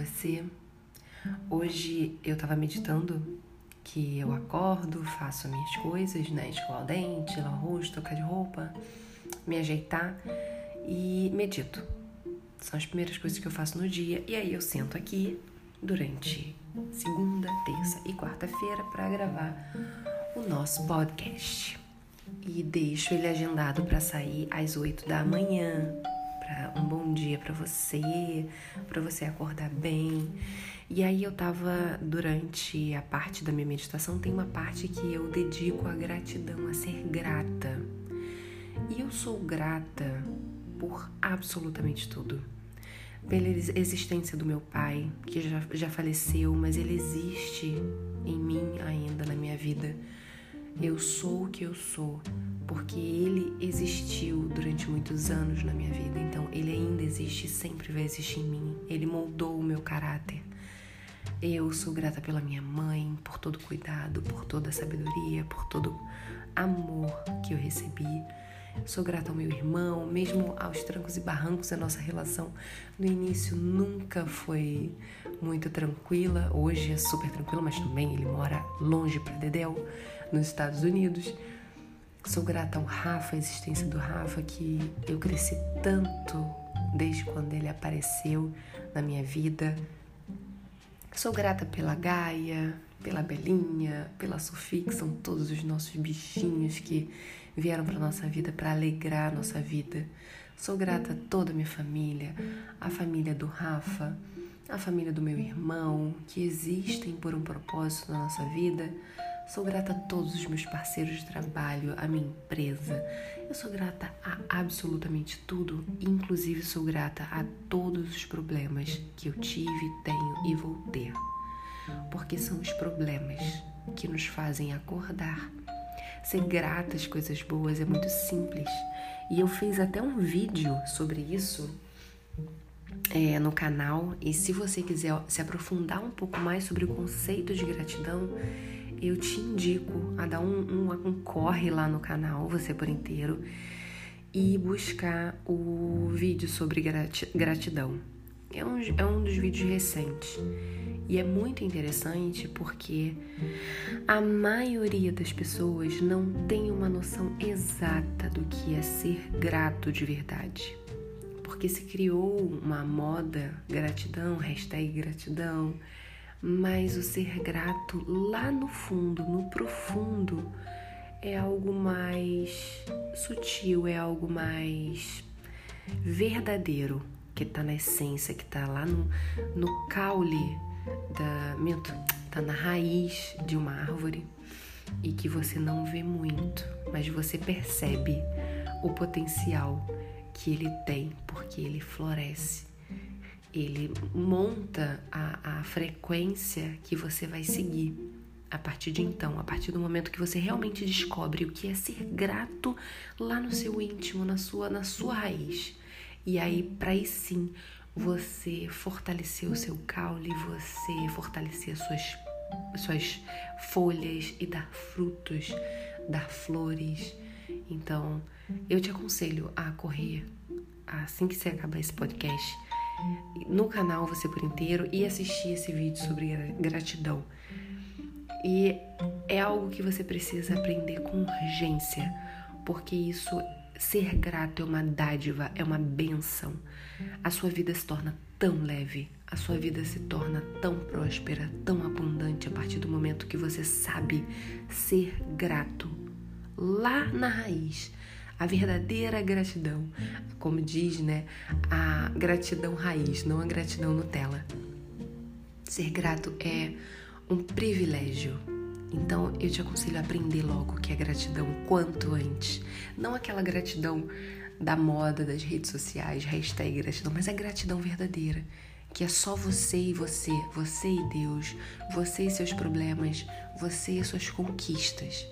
você? Hoje eu tava meditando que eu acordo, faço minhas coisas, né? Escovar o dente, lavar o rosto, trocar de roupa, me ajeitar e medito. São as primeiras coisas que eu faço no dia. E aí eu sento aqui durante segunda, terça e quarta-feira para gravar o nosso podcast. E deixo ele agendado para sair às 8 da manhã. Um bom dia para você acordar bem. E aí eu tava, durante a parte da minha meditação, tem uma parte que eu dedico à gratidão, a ser grata. E eu sou grata por absolutamente tudo. Pela existência do meu pai, que já faleceu, mas ele existe em mim ainda, na minha vida. Eu sou o que eu sou, porque ele existiu durante muitos anos na minha vida. Então, ele ainda existe e sempre vai existir em mim. Ele moldou o meu caráter. Eu sou grata pela minha mãe, por todo o cuidado, por toda a sabedoria, por todo amor que eu recebi. Sou grata ao meu irmão, mesmo aos trancos e barrancos. A nossa relação no início nunca foi muito tranquila. Hoje é super tranquila, mas também ele mora longe pra Dedéu, nos Estados Unidos. Sou grata ao Rafa, a existência do Rafa, que eu cresci tanto desde quando ele apareceu na minha vida. Sou grata pela Gaia, pela Belinha, pela Sofia, que são todos os nossos bichinhos que vieram para nossa vida para alegrar a nossa vida. Sou grata a toda a minha família, a família do Rafa, a família do meu irmão, que existem por um propósito na nossa vida. Sou grata a todos os meus parceiros de trabalho, a minha empresa. Eu sou grata a absolutamente tudo, inclusive sou grata a todos os problemas que eu tive, tenho e vou ter. Porque são os problemas que nos fazem acordar. Ser grata às coisas boas é muito simples. E eu fiz até um vídeo sobre isso no canal. E se você quiser se aprofundar um pouco mais sobre o conceito de gratidão, eu te indico a dar um corre lá no canal, você por inteiro, e buscar o vídeo sobre gratidão. É um dos vídeos recentes. E é muito interessante porque a maioria das pessoas não tem uma noção exata do que é ser grato de verdade. Porque se criou uma moda gratidão, #gratidão, mas o ser grato lá no fundo, no profundo, é algo mais sutil, é algo mais verdadeiro, que tá na essência, que tá lá no caule tá na raiz de uma árvore e que você não vê muito, mas você percebe o potencial que ele tem, porque ele floresce. Ele monta a frequência que você vai seguir a partir de então, a partir do momento que você realmente descobre o que é ser grato lá no seu íntimo, na sua raiz. E aí sim, você fortalecer o seu caule, você fortalecer as suas folhas e dar frutos, dar flores. Então, eu te aconselho a correr, assim que você acabar esse podcast, no canal você por inteiro e assistir esse vídeo sobre gratidão. E é algo que você precisa aprender com urgência, porque ser grato é uma dádiva, é uma bênção. A sua vida se torna tão leve, a sua vida se torna tão próspera, tão abundante a partir do momento que você sabe ser grato lá na raiz. A verdadeira gratidão, como diz, né? A gratidão raiz, não a gratidão Nutella. Ser grato é um privilégio. Então, eu te aconselho a aprender logo o que é gratidão, quanto antes. Não aquela gratidão da moda, das redes sociais, #gratidão, mas a gratidão verdadeira, que é só você e você e Deus, você e seus problemas, você e suas conquistas.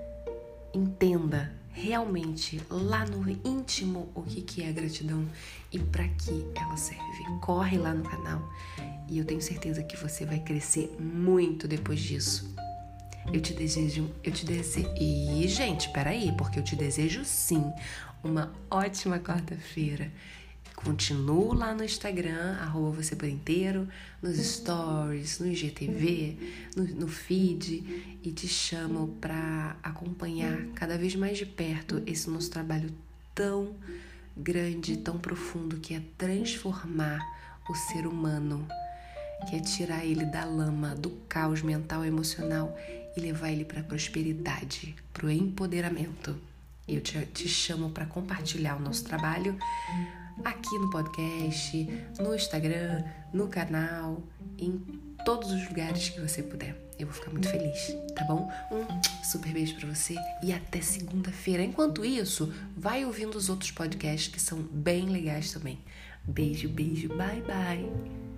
Entenda realmente lá no íntimo o que é a gratidão e para que ela serve. Corre lá no canal e eu tenho certeza que você vai crescer muito depois disso. Eu te desejo... E, gente, peraí, porque eu te desejo sim uma ótima quarta-feira Continuo lá no Instagram, @vocêporinteiro, nos stories, no IGTV, no feed, e te chamo para acompanhar cada vez mais de perto esse nosso trabalho tão grande, tão profundo, que é transformar o ser humano, que é tirar ele da lama, do caos mental e emocional e levar ele para a prosperidade, para o empoderamento. E eu te chamo para compartilhar o nosso trabalho aqui no podcast, no Instagram, no canal, em todos os lugares que você puder. Eu vou ficar muito feliz, tá bom? Um super beijo pra você e até segunda-feira. Enquanto isso, vai ouvindo os outros podcasts que são bem legais também. Beijo, beijo, bye, bye.